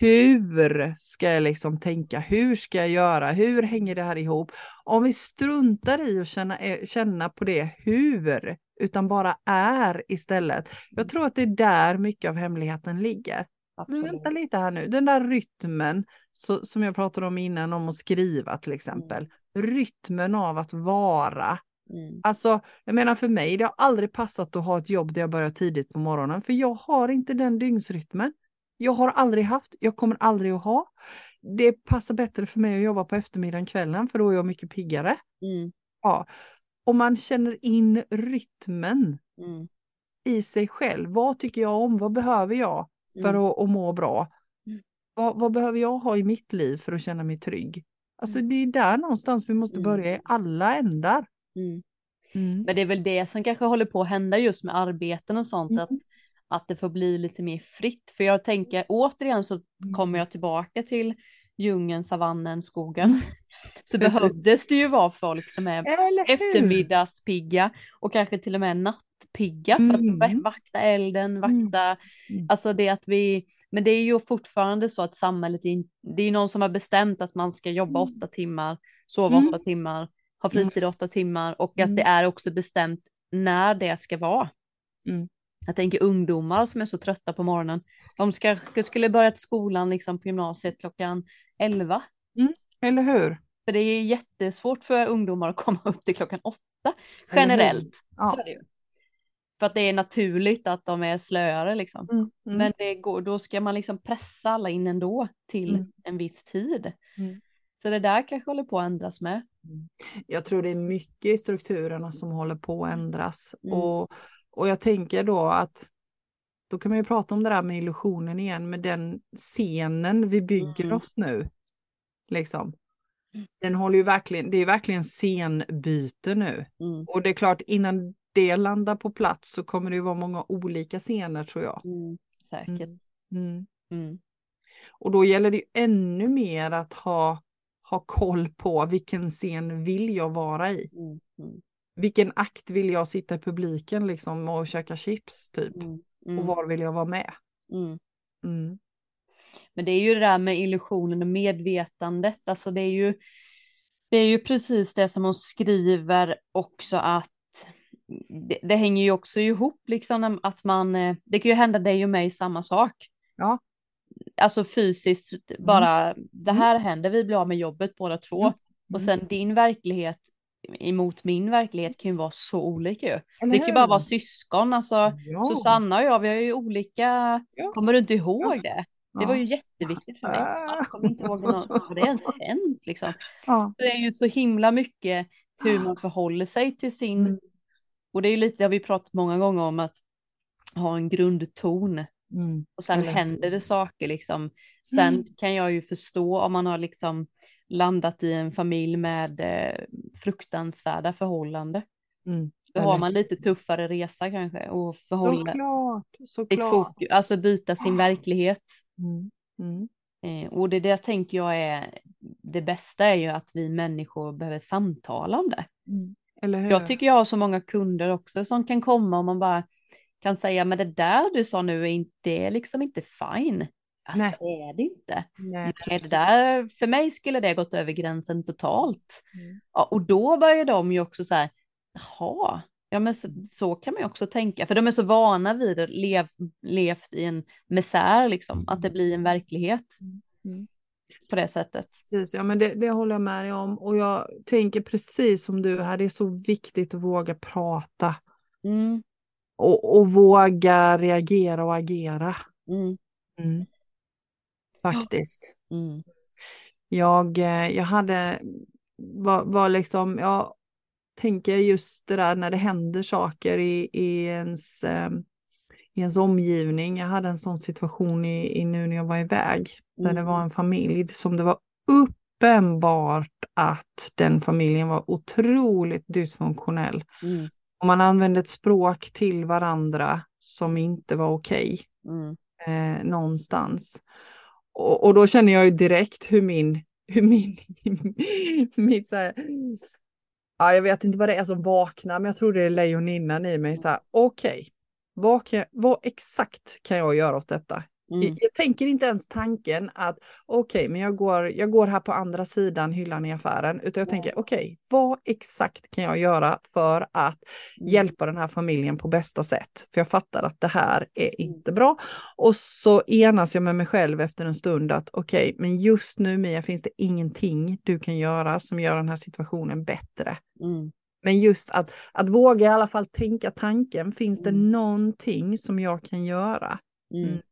Hur ska jag liksom tänka? Hur ska jag göra? Hur hänger det här ihop? Om vi struntar i att känna, känna på det hur, utan bara är istället. Jag tror att det är där mycket av hemligheten ligger. Men vänta lite här nu, den där rytmen så, som jag pratade om innan om att skriva till exempel. Mm. Rytmen av att vara. Mm. Alltså, jag menar för mig, det har aldrig passat att ha ett jobb där jag börjar tidigt på morgonen. För jag har inte den dygnsrytmen. Jag har aldrig haft, jag kommer aldrig att ha. Det passar bättre för mig att jobba på eftermiddagen, kvällen, för då är jag mycket piggare. Mm. Ja. Och man känner in rytmen mm. i sig själv. Vad tycker jag om? Vad behöver jag för mm. att, att må bra? Mm. Vad, vad behöver jag ha i mitt liv för att känna mig trygg? Alltså mm. det är där någonstans vi måste börja i alla ändar. Mm. Mm. Men det är väl det som kanske håller på att hända just med arbeten och sånt. Mm. Att, att det får bli lite mer fritt. För jag tänker återigen så kommer jag tillbaka till djungeln, savannen, skogen. Så precis. Behövdes det ju vara folk som är eftermiddagspigga och kanske till och med nattpigga för att mm. vakta elden, vakta, mm. alltså det att vi, men det är ju fortfarande så att samhället, är, det är någon som har bestämt att man ska jobba mm. åtta timmar, sova mm. åtta timmar, ha fritid mm. åtta timmar och mm. att det är också bestämt när det ska vara. Mm. Jag tänker ungdomar som är så trötta på morgonen. De ska, skulle börja till skolan liksom på gymnasiet klockan elva. Mm, eller hur? För det är jättesvårt för ungdomar att komma upp till klockan åtta. Generellt. Ja. Så är det ju. För att det är naturligt att de är slöare liksom. Mm, mm. Men det går, då ska man liksom pressa alla in ändå till mm. en viss tid. Mm. Så det där kanske håller på att ändras med. Jag tror det är mycket i strukturerna som håller på att ändras. Mm. Och Och jag tänker då att då kan man ju prata om det där med illusionen igen, med den scenen vi bygger mm. oss nu. Liksom. Den håller ju verkligen, det är verkligen scenbyte nu. Mm. Och det är klart, innan det landar på plats så kommer det ju vara många olika scener tror jag. Mm. Säkert. Mm. Mm. Och då gäller det ju ännu mer att ha, ha koll på vilken scen vill jag vara i. Mm. Mm. Vilken akt vill jag sitta i publiken liksom och käka chips typ? Mm, mm. Och var vill jag vara med? Mm. Mm. Men det är ju det där med illusionen och medvetandet. Alltså det är ju, det är ju precis det som hon skriver också att det, det hänger ju också ihop liksom att man, det kan ju hända dig och mig samma sak. Ja. Alltså fysiskt bara, mm. det här händer, vi blir av med jobbet båda två. Mm. Och sen din verklighet emot min verklighet kan ju vara så olika ju. Det kan ju bara vara syskon, alltså ja. Susanna och jag, vi har ju olika, ja. Kommer du inte ihåg ja. det? Det var ju jätteviktigt för mig. Jag kommer inte ihåg någon, vad det ens hänt liksom. Ja. Det är ju så himla mycket hur man förhåller sig till sin, mm. och det är ju lite, har vi pratat många gånger om att ha en grundton. Mm. Och sen Eller... händer det saker liksom. Sen mm. kan jag ju förstå om man har liksom landat i en familj med eh, fruktansvärda förhållanden. Mm. Då har man lite tuffare resa kanske. Och förhålla såklart, såklart. Ett fokus, alltså byta sin ah. verklighet. Mm. Mm. Eh, och det där tänker jag är det bästa är ju att vi människor behöver samtala om det. Mm. Eller hur? Jag tycker jag har så många kunder också som kan komma och man bara kan säga men det där du sa nu är inte, liksom inte fine. Alltså Nej. är det inte. Nej, Nej, det där, för mig skulle det gått över gränsen totalt. Mm. Ja, och då börjar de ju också så här, jaha, ja men så, så kan man ju också tänka. För de är så vana vid att lev, levt i en misär liksom, att det blir en verklighet. Mm. På det sättet. Precis, ja men det, det håller jag med dig om. Och jag tänker precis som du här, det är så viktigt att våga prata. Mm. Och, och våga reagera och agera. Mm. Mm. Faktiskt. Mm. Jag, eh, jag hade, var, var liksom, jag tänker just det där när det händer saker i, i ens, eh, i ens omgivning. Jag hade en sån situation i, i nu när jag var iväg, där det Mm. var en familj som det var uppenbart att den familjen var otroligt dysfunktionell. Mm. Och man använde ett språk till varandra som inte var okej. Mm. Eh, någonstans. Och, och då känner jag ju direkt hur min, hur min, mitt så här, ja, jag vet inte vad det är som vaknar, men jag tror det är lejoninnan i mig. Så här, okej, vad, kan jag- vad exakt kan jag göra åt detta? Jag, Mm. jag tänker inte ens tanken att okej, men jag går, jag går här på andra sidan hyllan i affären, utan jag tänker okej, vad exakt kan jag göra för att Mm. hjälpa den här familjen på bästa sätt? För jag fattar att det här är Mm. inte bra. Och så enas jag med mig själv efter en stund att okej, men just nu Mia finns det ingenting du kan göra som gör den här situationen bättre. Mm. Men just att, att våga i alla fall tänka tanken, finns det Mm. någonting som jag kan göra? Mm. Mm.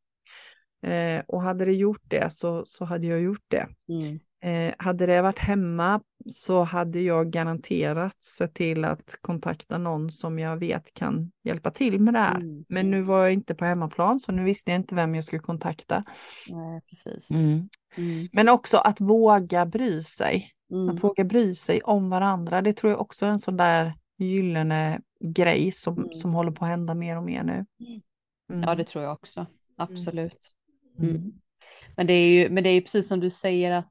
Eh, och hade det gjort det så, så hade jag gjort det. Mm. Eh, hade det varit hemma så hade jag garanterat sett till att kontakta någon som jag vet kan hjälpa till med det här. Mm. Men nu var jag inte på hemmaplan, så nu visste jag inte vem jag skulle kontakta. Nej, precis. Mm. Mm. Men också att våga bry sig. Mm. Att våga bry sig om varandra. Det tror jag också är en sån där gyllene grej som, Mm. som håller på att hända mer och mer nu. Mm. Ja, det tror jag också. Absolut. Mm. Mm. Men, det är ju, men det är ju precis som du säger att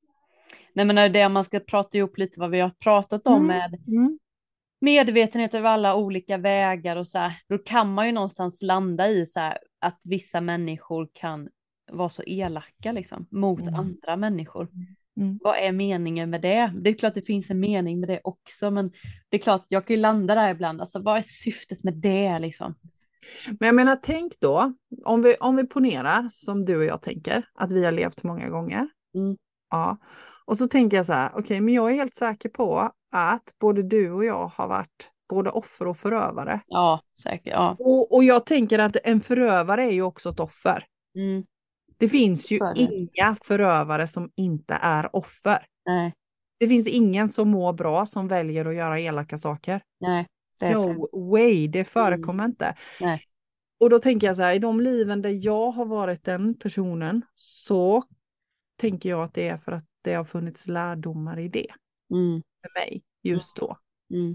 nej, men det man ska prata ihop lite vad vi har pratat om Mm. med Mm. medvetenhet över alla olika vägar och så här, då kan man ju någonstans landa i så här, att vissa människor kan vara så elaka liksom, mot Mm. andra människor. Mm. Vad är meningen med det? Det är klart det finns en mening med det också, men det är klart jag kan ju landa där ibland. Alltså vad är syftet med det liksom? Men jag menar, tänk då, om vi, om vi ponerar som du och jag tänker, att vi har levt många gånger. Mm. Ja. Och så tänker jag så här, okej, okay, men jag är helt säker på att både du och jag har varit både offer och förövare. Ja, säkert. Ja. Och, och jag tänker att en förövare är ju också ett offer. Mm. Det finns ju För det. inga förövare som inte är offer. Nej, Det finns ingen som mår bra som väljer att göra elaka saker. nej, det är No sant. way, det förekommer Mm. inte. Nej. Och då tänker jag så här, i de liven där jag har varit den personen så tänker jag att det är för att det har funnits lärdomar i det Mm. för mig just då. Mm.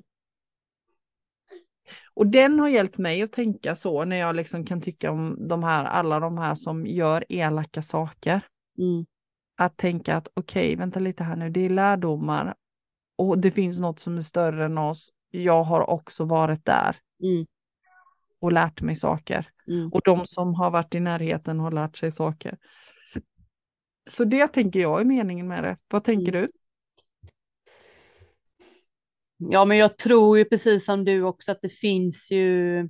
Och den har hjälpt mig att tänka så när jag liksom kan tycka om de här, alla de här som gör elaka saker. Mm. Att tänka att okej, okay, vänta lite här nu, det är lärdomar och det finns något som är större än oss. Jag har också varit där Mm. och lärt mig saker. Mm. Och de som har varit i närheten har lärt sig saker. Så det tänker jag är meningen med det. Vad tänker Mm. du? Ja, men jag tror ju precis som du också att det finns ju.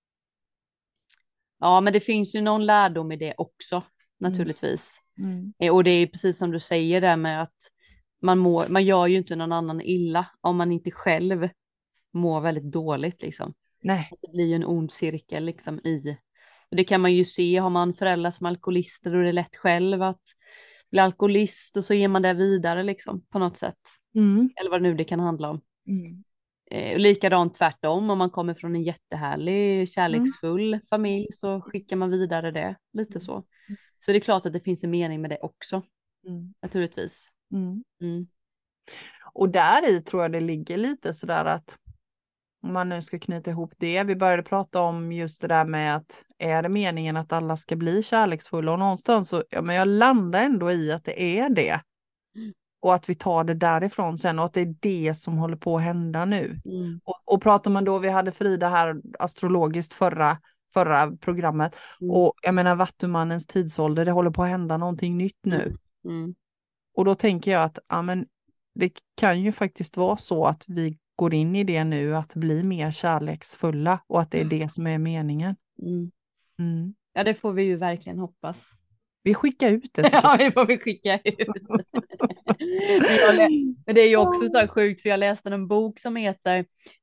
Ja, men det finns ju någon lärdom i det också, naturligtvis. Mm. Eh, Och det är ju precis som du säger där med att man, mår, man gör ju inte någon annan illa om man inte själv mår väldigt dåligt liksom. Nej. Det blir ju en ond cirkel liksom i. Och det kan man ju se, har man föräldrar som alkoholister och det är lätt själv att bli alkoholist och så ger man det vidare liksom på något sätt. Mm. Eller vad nu det kan handla om. Mm. Eh, likadant tvärtom, om man kommer från en jättehärlig, kärleksfull familj så skickar man vidare det, lite så. Så det är klart att det finns en mening med det också, Mm. naturligtvis. Mm. Mm. Och där i tror jag det ligger lite sådär att om man nu ska knyta ihop det. Vi började prata om just det där med att är det meningen att alla ska bli kärleksfulla och någonstans så ja, men jag landar ändå i att det är det. Och att vi tar det därifrån sen och att det är det som håller på att hända nu. Mm. Och, och pratar man då, vi hade Frida här astrologiskt förra, förra programmet. Mm. Och jag menar Vattumannens tidsålder, det håller på att hända någonting nytt nu. Mm. Och då tänker jag att ja, men det kan ju faktiskt vara så att vi går in i det nu, att bli mer kärleksfulla och att det är det som är meningen. Mm. Mm. Ja, det får vi ju verkligen hoppas. Vi skickar ut det. tycker Ja, det får vi skicka ut. men, jag lä- men det är ju också så här sjukt, för jag läste en bok som heter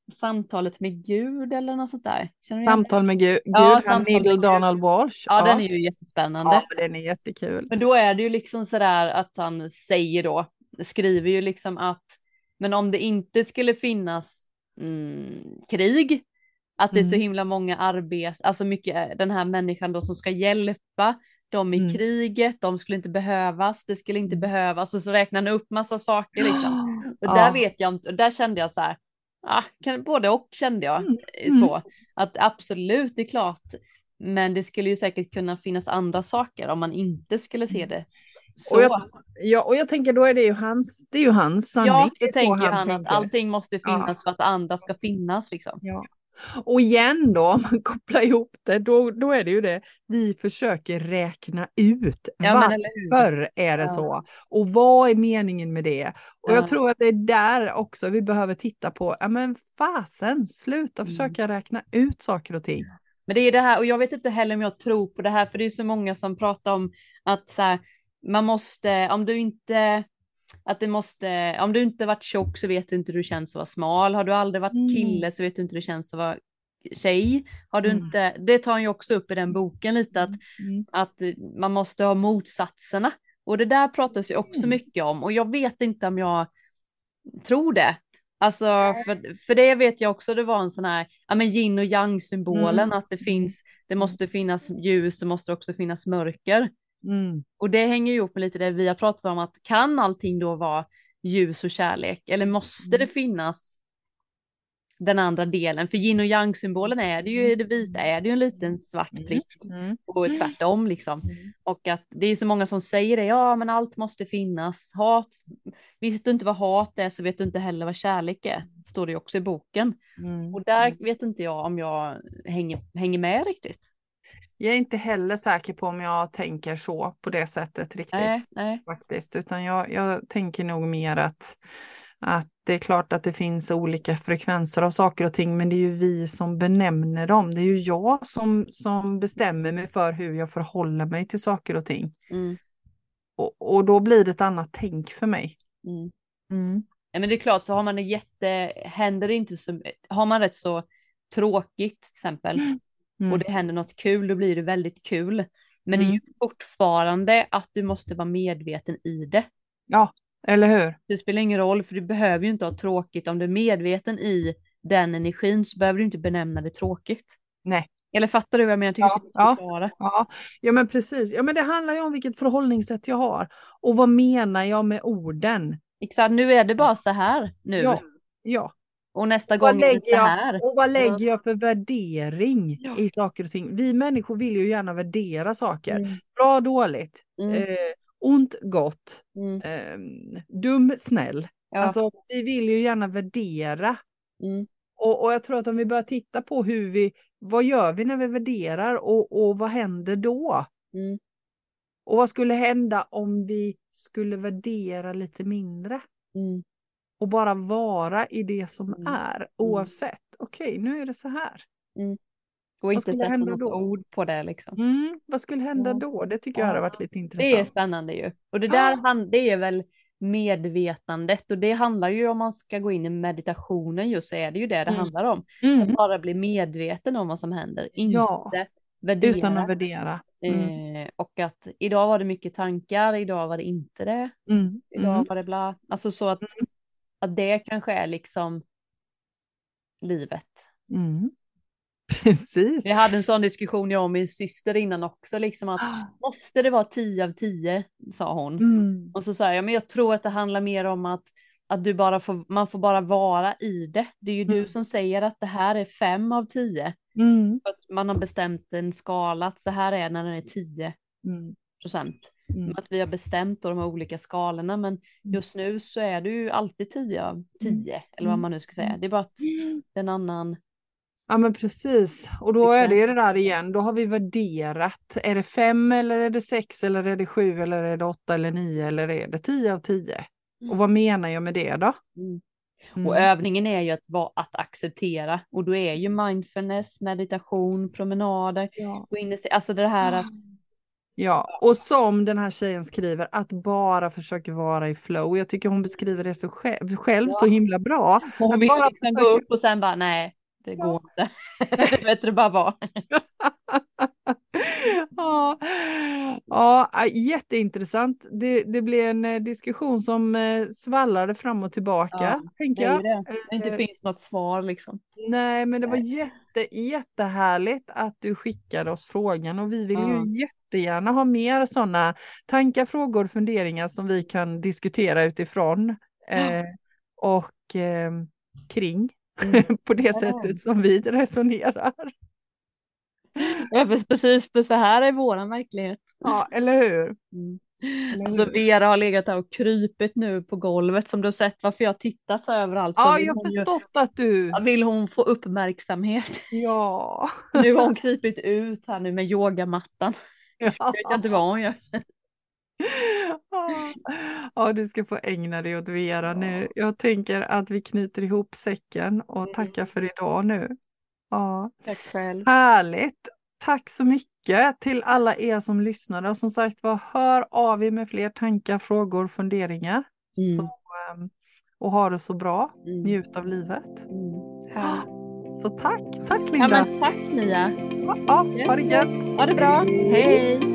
Samtalet med Gud eller något sånt där. Känner du igen det? Samtal med Gud, Ja, Gud han Samtal med Neil Gud. Donald Walsh. Ja, den Ja. är ju jättespännande. Ja, men den är jättekul. Men då är det ju liksom sådär att han säger då, skriver ju liksom att, men om det inte skulle finnas mm, krig, att det är så Mm. himla många arbete, alltså mycket den här människan då som ska hjälpa dem i Mm. kriget, de skulle inte behövas, det skulle inte Mm. behövas, och så räknar han upp massa saker liksom. Och Ja. där vet jag inte, och där kände jag så här, ah, kan, både och kände jag Mm. så, att absolut, det är klart, men det skulle ju säkert kunna finnas andra saker om man inte skulle se det så. Och jag, ja, och jag tänker då är det ju hans, det är ju hans sanning. Ja, det då är så tänker han, tänker. att allting måste finnas Ja. för att andra ska finnas liksom. Ja. Och igen då, om man kopplar ihop det, då, då är det ju det, vi försöker räkna ut Ja, men eller hur? varför är det Ja. så? Och vad är meningen med det? Och Ja. jag tror att det är där också vi behöver titta på, ja men fasen, sluta Mm. försöka räkna ut saker och ting. Men det är det här, och jag vet inte heller om jag tror på det här, för det är så många som pratar om att så här, man måste, om du inte, att det måste, om du inte varit tjock så vet du inte hur det känns att vara smal, har du aldrig varit Mm. kille så vet du inte hur det känns att vara tjej, har du Mm. inte, det tar han ju också upp i den boken lite, att, Mm. att man måste ha motsatserna, och det där pratas ju också Mm. mycket om, och jag vet inte om jag tror det. Alltså, för, för det vet jag också, det var en sån här, ja men yin och yang symbolen, Mm. att det finns, det måste finnas ljus, det måste också finnas mörker. Mm. Och det hänger ju ihop med lite det vi har pratat om, att kan allting då vara ljus och kärlek, eller måste det finnas den andra delen? För yin och yang symbolen är det ju, i det vita är det ju en liten svart prick, Mm. och tvärtom liksom. Mm. Och att det är så många som säger det, ja men allt måste finnas, hat, visst du inte vad hat är så vet du inte heller vad kärlek är, står det ju också i boken. Mm. Och där vet inte jag om jag hänger, hänger med riktigt. Jag är inte heller säker på om jag tänker så på det sättet riktigt. Nej, nej. Faktiskt, utan jag, jag tänker nog mer att, att det är klart att det finns olika frekvenser av saker och ting, men det är ju vi som benämner dem. Det är ju jag som, som bestämmer mig för hur jag förhåller mig till saker och ting. Mm. Och, och då blir det ett annat tänk för mig. Mm. Mm. Ja, men det är klart, så har man det jätte, händer det inte så, har man rätt så tråkigt till exempel, Mm. och det händer något kul, då blir det väldigt kul. Men det är Mm. ju fortfarande att du måste vara medveten i det. Ja, eller hur? Det spelar ingen roll, för du behöver ju inte ha tråkigt. Om du är medveten i den energin så behöver du inte benämna det tråkigt. Nej. Eller fattar du vad jag menar? Jag tycker Ja, så ja, ja, ja, men precis. Ja, men det handlar ju om vilket förhållningssätt jag har. Och vad menar jag med orden? exakt, nu är det bara så här nu. Ja, ja. Och nästa Och vad, gång är det så lägger jag, här. och vad lägger jag för värdering Ja. i saker och ting? Vi människor vill ju gärna värdera saker. Mm. Bra, dåligt. Mm. Eh, ont, gott. Mm. Eh, dum, snäll. Ja. Alltså, vi vill ju gärna värdera. Mm. Och, och jag tror att om vi börjar titta på hur vi, vad gör vi när vi värderar och, och vad händer då? Mm. Och vad skulle hända om vi skulle värdera lite mindre? Mm. Och bara vara i det som Mm. är, oavsett. Okej, nu är det så här. Mm. Och Vad inte skulle sätta hända något då? ord på det liksom. Mm, vad skulle hända Ja. då? Det tycker jag Ja. hade varit lite Det är intressant. spännande ju. Och det där han, det är väl medvetandet, och det handlar ju, om man ska gå in i meditationen just, så är det ju det det Mm. handlar om. Mm. Att bara bli medveten om vad som händer, inte Ja, värdera. utan att värdera. Mm. Eh, och att idag var det mycket tankar, idag var det inte det. Mm. Idag Mm. var det bla. Alltså så att, att det kanske är liksom livet. Mm. Precis. Vi hade en sån diskussion jag och min syster innan också, liksom att måste det vara tio av tio, sa hon. Mm. Och så sa jag, men jag tror att det handlar mer om att, att du bara får, man får bara vara i det. Det är ju Mm. du som säger att det här är fem av tio. Mm. För att man har bestämt en skala, att så här är när den är tio Mm. procent. Mm. Att vi har bestämt då de här olika skalorna, men just nu så är du ju alltid tio av tio, eller vad man nu ska säga. Det är bara att det är en annan. Ja, men precis. Och då är det ju det där igen. Då har vi värderat. Är det fem eller är det sex eller är det sju eller är det åtta eller nio eller är det tio av tio? Och vad menar jag med det då? Mm. Mm. Och övningen är ju att, vara, att acceptera. Och då är ju mindfulness, meditation, promenader. Ja. Gå in i, alltså det här att Ja, och som den här tjejen skriver, att bara försöka vara i flow. Jag tycker hon beskriver det så själv, själv Ja. så himla bra. Hon Att vill bara liksom försöka... gå upp och sen bara nej, det går inte. Det är bättre bara vara. Ja, ja, jätteintressant. Det, det blev en eh, diskussion som eh, svallade fram och tillbaka, Ja, tänker det är jag. ju det. Det inte Eh, finns något svar liksom. Nej, men det var Nej. jätte, jättehärligt att du skickade oss frågan och vi vill Ja. ju jättegärna ha mer sådana tankar, frågor, funderingar som vi kan diskutera utifrån eh, och eh, kring Mm. på det Ja. sättet som vi resonerar. Ja, för precis för så här är våran verklighet. Ja, eller hur? Mm. Eller Alltså hur? Vera har legat där och krypit nu på golvet som du har sett varför jag har tittat så överallt. Så Ja, vill jag har hon ju, förstått att du... vill hon få uppmärksamhet. Ja. Nu har hon krypit ut här nu med yogamattan. Ja. Jag vet inte vad hon gör. Ja, du ska få ägna dig åt Vera nu. Jag tänker att vi knyter ihop säcken och tackar för idag nu. Ja, Tack själv. härligt. Tack så mycket till alla er som lyssnade och som sagt var, hör av er med fler tankar, frågor, funderingar. Mm. Så, ehm, och ha det så bra. Mm. Njut av livet. Mm. Härligt. Så tack, tack Ja, Linda. men tack Mia. Ja, ja, ha det gött. Ha det bra. Hej.